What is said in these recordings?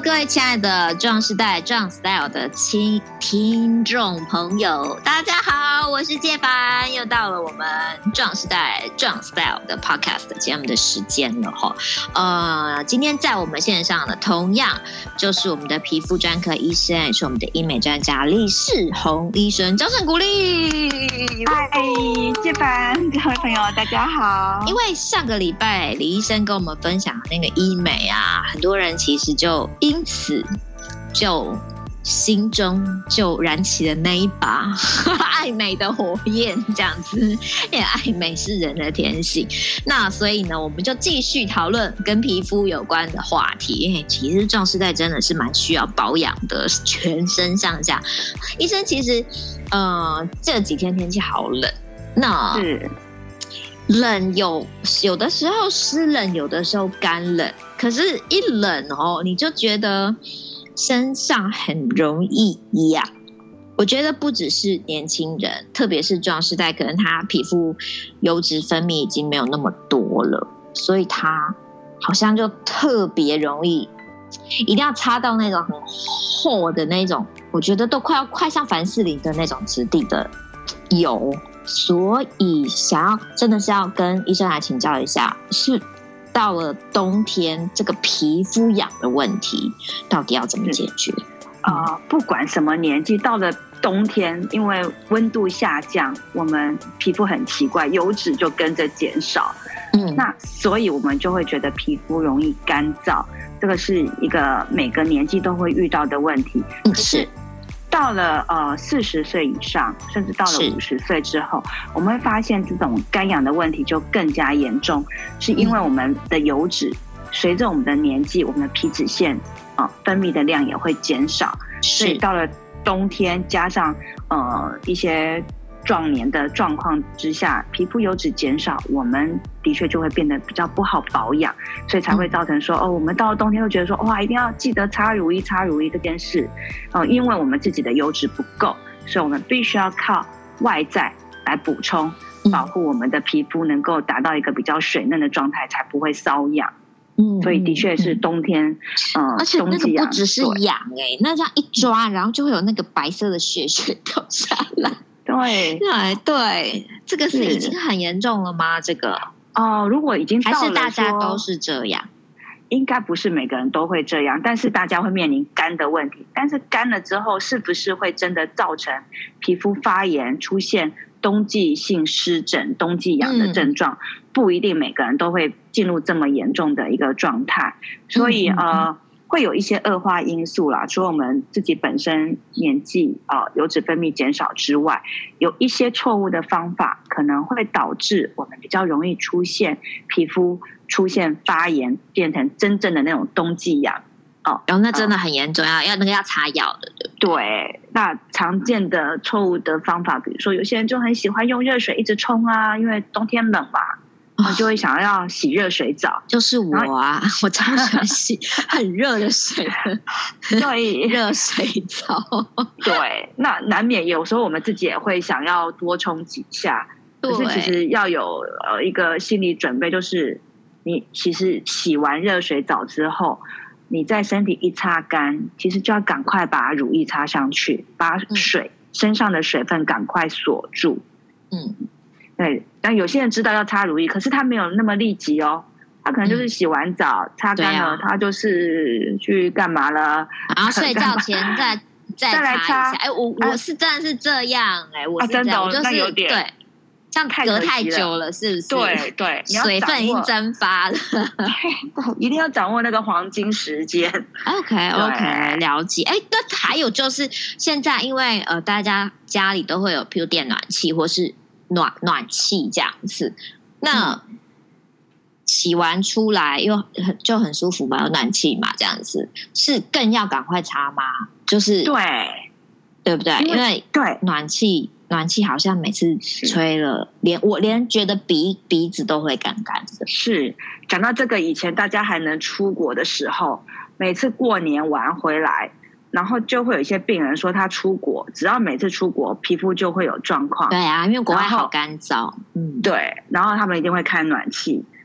各位亲爱的壮世代壮 style 的听众朋友，大家好，我是介凡，又到了我们壮世代壮 style 的 podcast 节目的时间了哈。今天在我们线上的同样就是我们的皮肤专科医生，也是我们的医美专家李世宏医生，掌声鼓励！ 嗨，介凡，各位朋友，大家好。 因为上个礼拜李医生跟我们分享那个医美啊，很多人其实就因此就心中就燃起了那一把爱美的火焰，这样子，因为爱美是人的天性。那所以呢，我们就继续讨论跟皮肤有关的话题。因为其实壮世代真的是蛮需要保养的，全身上下。医生其实，这几天天气好冷，那冷有的时候湿冷，有的时候干冷。可是，一冷你就觉得身上很容易痒。我觉得不只是年轻人，特别是壮世代，可能他皮肤油脂分泌已经没有那么多了，所以他好像就特别容易，一定要擦到那种很厚的那种，我觉得都快像凡士林的那种质地的油。所以真的是要跟医生来请教一下，是到了冬天这个皮肤痒的问题到底要怎么解决？ 不管什么年纪，到了冬天，因为温度下降，我们皮肤很奇怪，油脂就跟着减少。那所以我们就会觉得皮肤容易干燥，这个是一个每个年纪都会遇到的问题。 是。 到了40岁以上，甚至到了50岁之后，我们会发现这种干痒的问题就更加严重，是因为我们的油脂随着我们的年纪，我们的皮脂腺分泌的量也会减少，所以到了冬天加上一些壮年的状况之下，皮肤油脂减少，我们的确就会变得比较不好保养，所以才会造成说我们到了冬天会觉得说哇，一定要记得擦乳液这件事，因为我们自己的油脂不够，所以我们必须要靠外在来补充，保护我们的皮肤能够达到一个比较水嫩的状态，才不会瘙痒。所以的确是冬天， 而且那个不只是痒那这样一抓，然后就会有那个白色的血掉下来。对，这个是已经很严重了吗？这个如果已经到了， 还是大家都是这样？ 应该不是每个人都会这样，但是大家会面临干的问题。但是干了之后，是不是会真的造成皮肤发炎，出现冬季性湿疹、冬季痒的症状？不一定每个人都会进入这么严重的一个状态，所以会有一些恶化因素啦，除了我们自己本身年纪油脂分泌减少之外，有一些错误的方法可能会导致我们比较容易出现皮肤出现发炎，变成真正的那种冬季痒然后那真的很严重，要擦药的，对不对？ 对，那常见的错误的方法，比如说有些人就很喜欢用热水一直冲啊，因为冬天冷嘛。就会想要洗热水澡， 就是我啊，我超喜欢洗很热的水的，对，热水澡。 对，那难免有时候我们自己也会想要多冲几下，可是其实要有一个心理准备，就是你其实洗完热水澡之后，你在身体一擦干，其实就要赶快把乳液擦上去，把身上的水分赶快锁住。对，但有些人知道要擦乳液，可是他没有那么立即他可能就是洗完澡擦干了，他就是去干嘛了， 然后睡觉前再来擦一下。我是真的是这样我是这样，我就是有点对，这样隔太久了，是不是？ 对， 水分已经蒸发了， 对，一定要掌握那个黄金时间。 OK， 了解。对，还有就是现在因为大家家里都会有，譬如电暖气或是暖气这样子，那洗完出来就很舒服嘛，有暖气嘛，这样子是更要赶快擦吗？就是对不对？因为暖气好像每次吹了，我连觉得鼻子都会干干的。 是，讲到这个，以前大家还能出国的时候，每次过年玩回来。然后就会有一些病人说，他出国，只要每次出国，皮肤就会有状况。 对啊，因为国外好干燥。 对，然后他们一定会开暖气。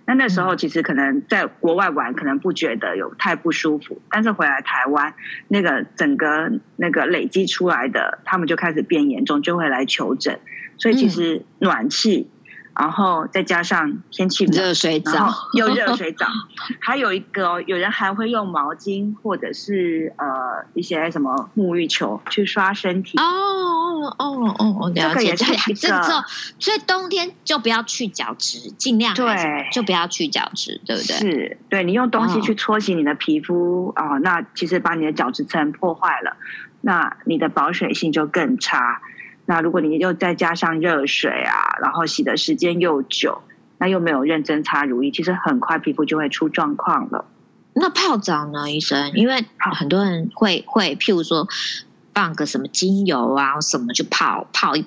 那时候其实可能在国外玩，可能不觉得有太不舒服，但是回来台湾，那个整个那个累积出来的，他们就开始变严重，就会来求诊。所以其实暖气。然后再加上天气热水澡， 有热水澡，还有一个有人还会用毛巾或者是一些什么沐浴球去刷身体。 了解。这个所以冬天就不要去角质，尽量就不要去角质，对不对？ 是，对你用东西去搓洗你的皮肤那其实把你的角质层破坏了，那你的保水性就更差。那如果你又再加上热水然后洗的时间又久，那又没有认真擦乳液，其实很快皮肤就会出状况了。 那泡澡呢，医生？因为很多人会譬如说放个什么精油什么去泡个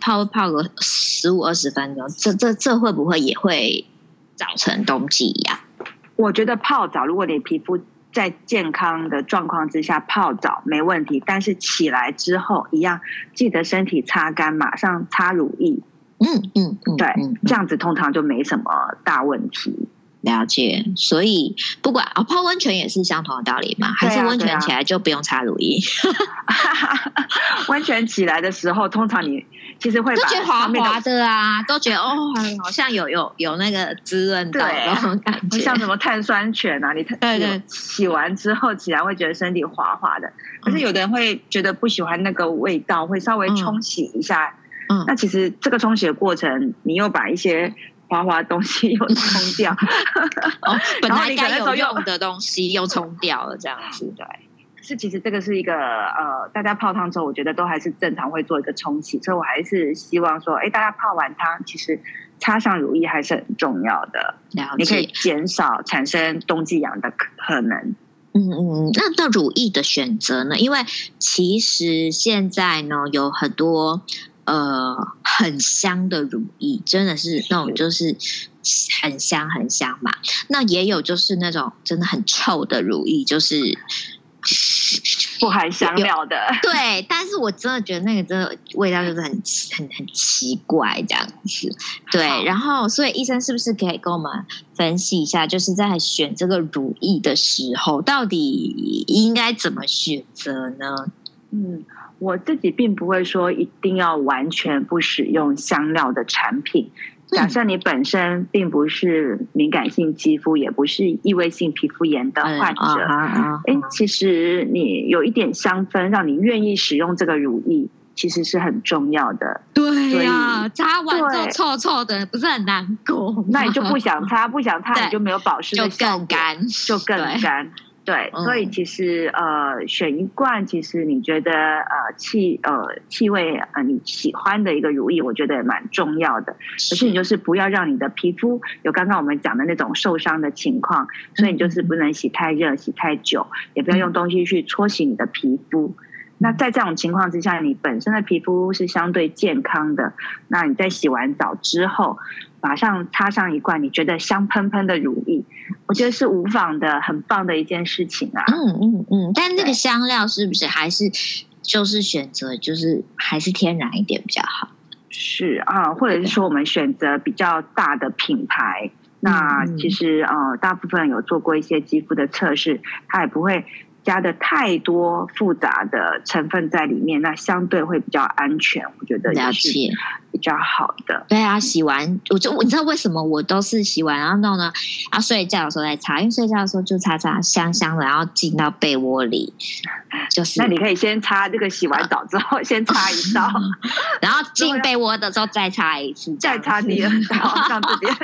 15-20分钟，这会不会也会造成冬季痒？ 我觉得泡澡，如果你皮肤在健康的状况之下泡澡没问题，但是起来之后一样记得身体擦干，马上擦乳液。对，这样子通常就没什么大问题。 了解。所以不管泡温泉也是相同的道理吗？还是温泉起来就不用擦乳液？ 温泉起来的时候，通常你其实会都觉得滑滑的都觉得好像有那个滋润到那种感觉， 像什么碳酸泉你洗完之后起来会觉得身体滑滑的。可是有的人会觉得不喜欢那个味道，会稍微冲洗一下。那其实这个冲洗的过程，你又把一些滑滑的东西又冲掉， 本来该有用的东西又冲掉了，这样子。对。 是，其实这个是一个大家泡汤之后，我觉得都还是正常会做一个冲洗，所以我还是希望说，大家泡完汤，其实擦上乳液还是很重要的。 了解。 你可以减少产生冬季痒的可能。 那乳液的选择呢？因为其实现在呢有很多很香的乳液，真的是那种就是很香很香嘛。那也有就是那种真的很臭的乳液，就是不含香料的。 对，但是我真的觉得那个真的味道就是很奇怪这样子。对，然后所以医生是不是可以跟我们分析一下，就是在选这个乳液的时候，到底应该怎么选择呢？ 我自己并不会说一定要完全不使用香料的产品。假设你本身并不是敏感性肌肤，也不是异位性皮肤炎的患者，其实你有一点香氛，让你愿意使用这个乳液，其实是很重要的。 对呀，擦完之后臭臭的，不是很难过吗？ 那你就不想擦你就没有保湿的效果，就更干。对，所以其实选一罐，其实你觉得气味你喜欢的一个乳液，我觉得也蛮重要的。可是你就是不要让你的皮肤有刚刚我们讲的那种受伤的情况，所以你就是不能洗太热、洗太久，也不要用东西去搓洗你的皮肤。那在这种情况之下，你本身的皮肤是相对健康的，那你在洗完澡之后马上擦上一罐你觉得香喷喷的乳液，我觉得是无妨的，很棒的一件事情啊。 但那个香料是不是还是就是选择就是还是天然一点比较好？ 是或者是说我们选择比较大的品牌，那其实大部分有做过一些肌肤的测试，它也不会加的太多复杂的成分在里面，那相对会比较安全，我觉得也是比较好的。 对啊，洗完你知道为什么我都是洗完然后弄呢？睡觉的时候再擦，因为睡觉的时候就擦香香的，然后进到被窝里。就是那你可以先擦这个，洗完澡之后先擦一道， 然后进被窝的时候再擦一次， 再擦第二道，像这边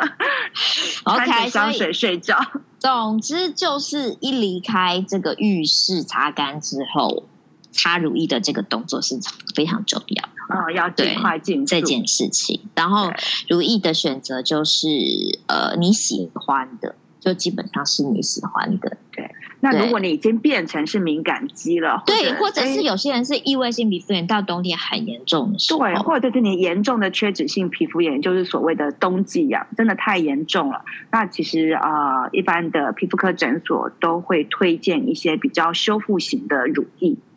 OK， 香水睡觉。 总之就是一离开这个浴室擦干之后，擦乳液的这个动作是非常重要的要尽快进入这件事情。然后乳液的选择就是你喜欢的，就基本上是你喜欢的。 对，那如果你已经变成是敏感肌了， 对，或者是有些人是异位性皮肤炎，到冬天很严重的时候， 对，或者是你严重的缺脂性皮肤炎，就是所谓的冬季痒，真的太严重了。那其实一般的皮肤科诊所都会推荐一些比较修复型的乳液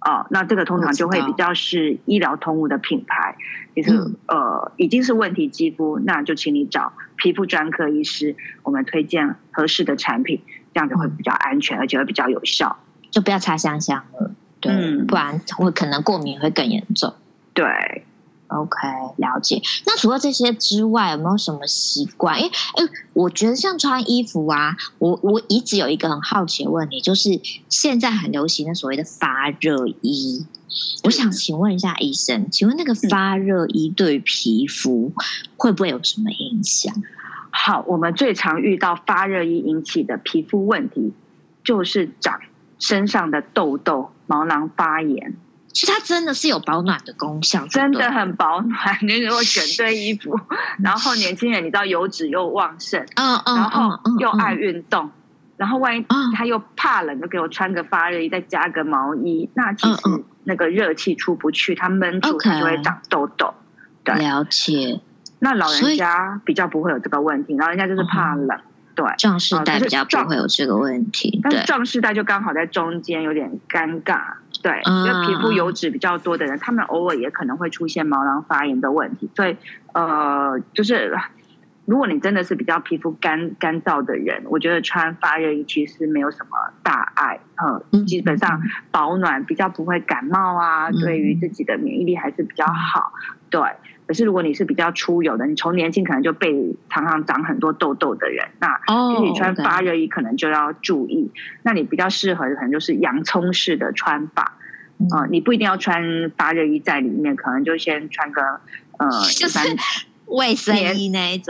那这个通常就会比较是医疗通路的品牌，就是已经是问题肌肤，那就请你找皮肤专科医师，我们推荐合适的产品，这样子会比较安全，而且会比较有效。 就不要擦香香了，对，不然会可能过敏会更严重。 对。 OK， 了解。那除了这些之外，有没有什么习惯？因为我觉得像穿衣服啊，我一直有一个很好奇的问题，就是现在很流行的所谓的发热衣。我想请问一下医生，请问那个发热衣对皮肤会不会有什么影响？ 好，我们最常遇到发热衣引起的皮肤问题，就是长身上的痘痘、毛囊发炎。 所以它真的是有保暖的功效， 真的很保暖。你如果选对衣服，然后年轻人你知道油脂又旺盛，然后又爱运动，然后万一他又怕冷，就给我穿个发热衣，再加个毛衣，那其实那个热气出不去，它闷住，它就会长痘痘。对， 了解。 那老人家比较不会有这个问题，老人家就是怕冷。对， 壮世代比较不会有这个问题， 但是壮世代就刚好在中间，有点尴尬。对，因为皮肤油脂比较多的人，他们偶尔也可能会出现毛囊发炎的问题。所以就是如果你真的是比较皮肤干燥的人，我觉得穿发热衣其实没有什么大碍。基本上保暖，比较不会感冒啊，对于自己的免疫力还是比较好。对。可是如果你是比较出油的，你从年轻可能就被常常长很多痘痘的人，那其实你穿发热衣可能就要注意。那你比较适合的可能就是洋葱式的穿法。你不一定要穿发热衣在里面，可能就先穿个就是卫生衣那一种，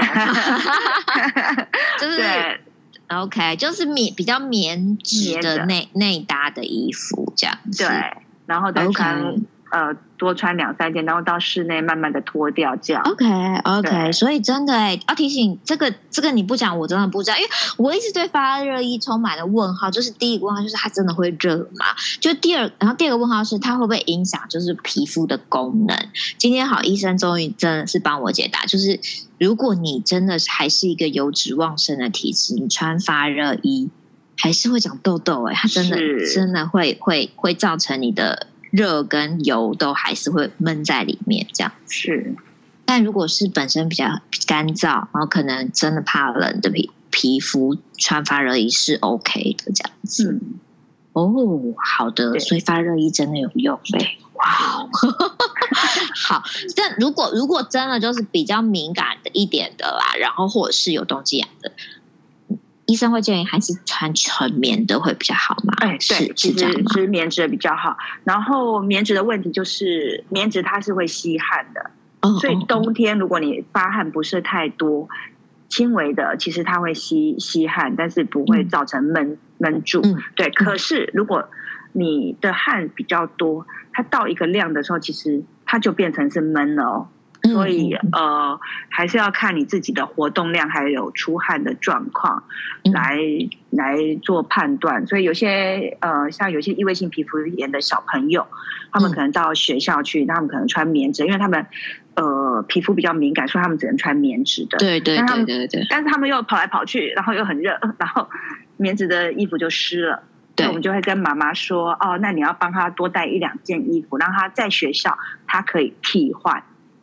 就是对 OK， 就是比较棉质的内搭的衣服这样子。 对，然后再穿多穿2-3件，然后到室内慢慢的脱掉，这样。 OK， 所以真的要提醒这个你不讲我真的不知道，因为我一直对发热衣充满了问号。就是第一个问号就是它真的会热吗？然后第二个问号是它会不会影响就是皮肤的功能？今天好，医生终于真的是帮我解答，就是如果你真的还是一个油脂旺盛的体质，你穿发热衣还是会长痘痘。它真的会造成你的热跟油都还是会闷在里面，这样是。 但如果是本身比较干燥，然后可能真的怕冷的皮肤，穿发热衣是 OK 的，这样子。好的，所以发热衣真的有用嘞。哇，好。但如果真的就是比较敏感的一点的啦，然后或者是有冬季痒的，医生会建议还是穿纯棉的会比较好吗？ 对，其实是棉质的比较好。然后棉质的问题就是棉质它是会吸汗的，所以冬天如果你发汗不是太多，轻微的其实它会吸汗，但是不会造成闷住。对。可是如果你的汗比较多，它到一个量的时候，其实它就变成是闷了哦。所以还是要看你自己的活动量还有出汗的状况来做判断。所以有些像有些异位性皮肤炎的小朋友，他们可能到学校去，他们可能穿棉质，因为他们皮肤比较敏感，所以他们只能穿棉质的。 对。 但是他们又跑来跑去，然后又很热，然后棉质的衣服就湿了。对，我们就会跟妈妈说，那你要帮他多带1-2件衣服，让他在学校他可以替换。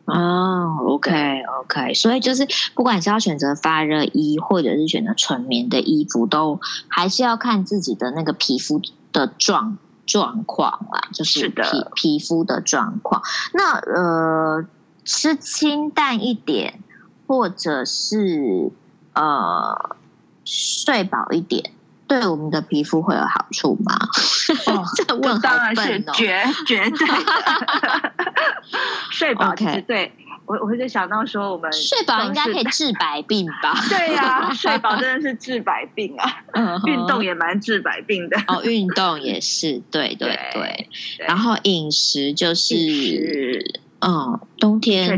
OK， 所以就是不管是要选择发热衣，或者是选择纯棉的衣服，都还是要看自己的那个皮肤的状况啦，就是皮肤的状况。那吃清淡一点，或者是睡饱一点，对我们的皮肤会有好处吗？这问当然是绝对的。睡饱其实对我会想到说，我们睡饱应该可以治百病吧？ 对呀，睡饱真的是治百病啊！运动也蛮治百病的。 运动也是，对。然后饮食就是冬天，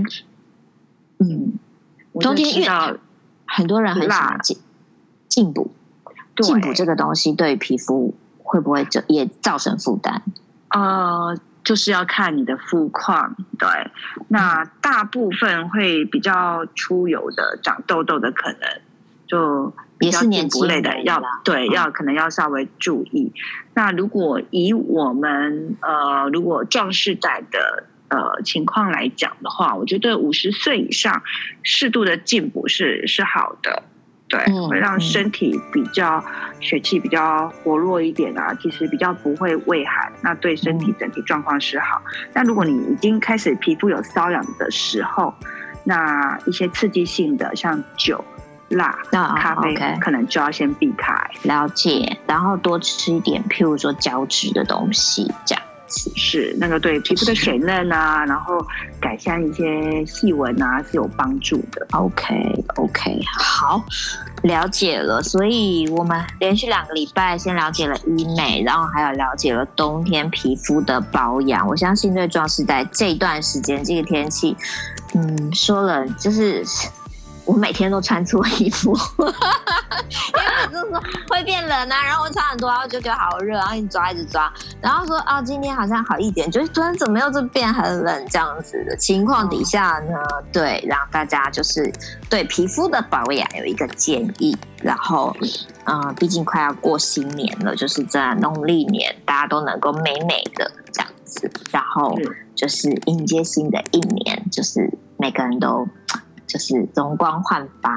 冬天因为很多人很喜欢进补。进补这个东西对皮肤会不会也造成负担？ 就是要看你的肤况。对，那大部分会比较出油的、长痘痘的，可能就比较进步类的要可能要稍微注意。那如果以我们如果壮世代的情况来讲的话，我觉得50岁以上适度的进补是好的，对，会让身体比较血气比较活络一点啊，其实比较不会畏寒，那对身体整体状况是好。但如果你已经开始皮肤有瘙痒的时候，那一些刺激性的像酒、辣、咖啡可能就要先避开。 了解，然后多吃一点譬如说胶质的东西这样。 是那个对皮肤的水嫩啊，然后改善一些细纹啊是有帮助的。 OK， 好，了解了。所以我们连续2个礼拜先了解了医美，然后还有了解了冬天皮肤的保养。我相信对壮世代这段时间这个天气，说了就是我每天都穿错衣服，因为每次说会变冷啊，然后我穿很多，然后就觉得好热，然后一直抓，然后说今天好像好一点，就是突然怎么又变很冷这样子的情况底下呢，对，让大家就是对皮肤的保养有一个建议，然后毕竟快要过新年了，就是在农历年大家都能够美美的这样子，然后就是迎接新的一年，就是每个人都就是容光焕发。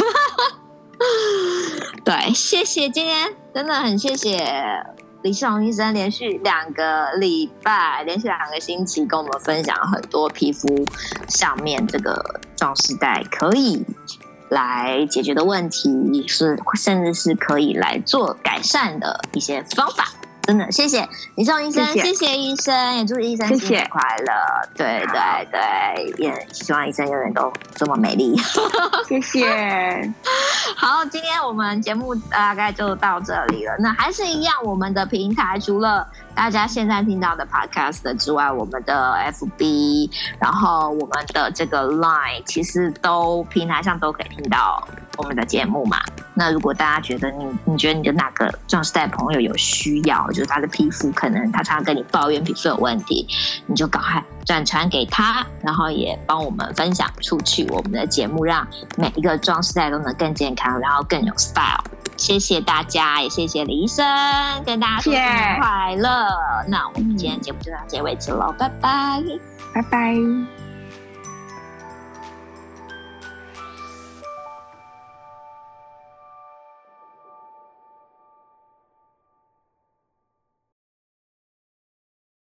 对，谢谢，今天真的很谢谢李世宏医生连续2个礼拜，连续2个星期跟我们分享很多皮肤上面这个壮世代可以来解决的问题，甚至是可以来做改善的一些方法。真的谢谢李世宏医生，谢谢医生，也祝医生新年快乐。对，也希望医生永远都这么美丽。 谢谢。 好，今天我们节目大概就到这里了。那还是一样，我们的平台除了大家现在听到的 podcast 之外，我们的 FB， 然后我们的这个 Line， 其实都平台上都可以听到我们的节目嘛。那如果大家觉得你觉得你的哪个壮世代朋友有需要，就是他的皮肤可能他常常跟你抱怨皮肤有问题，你就赶快转传给他，然后也帮我们分享出去我们的节目，让每一个壮世代都能更健康，然后更有 style。谢谢大家，也谢谢李医生，跟大家说新年快乐。那我们今天节目就到这里为止喽，拜拜， 拜拜。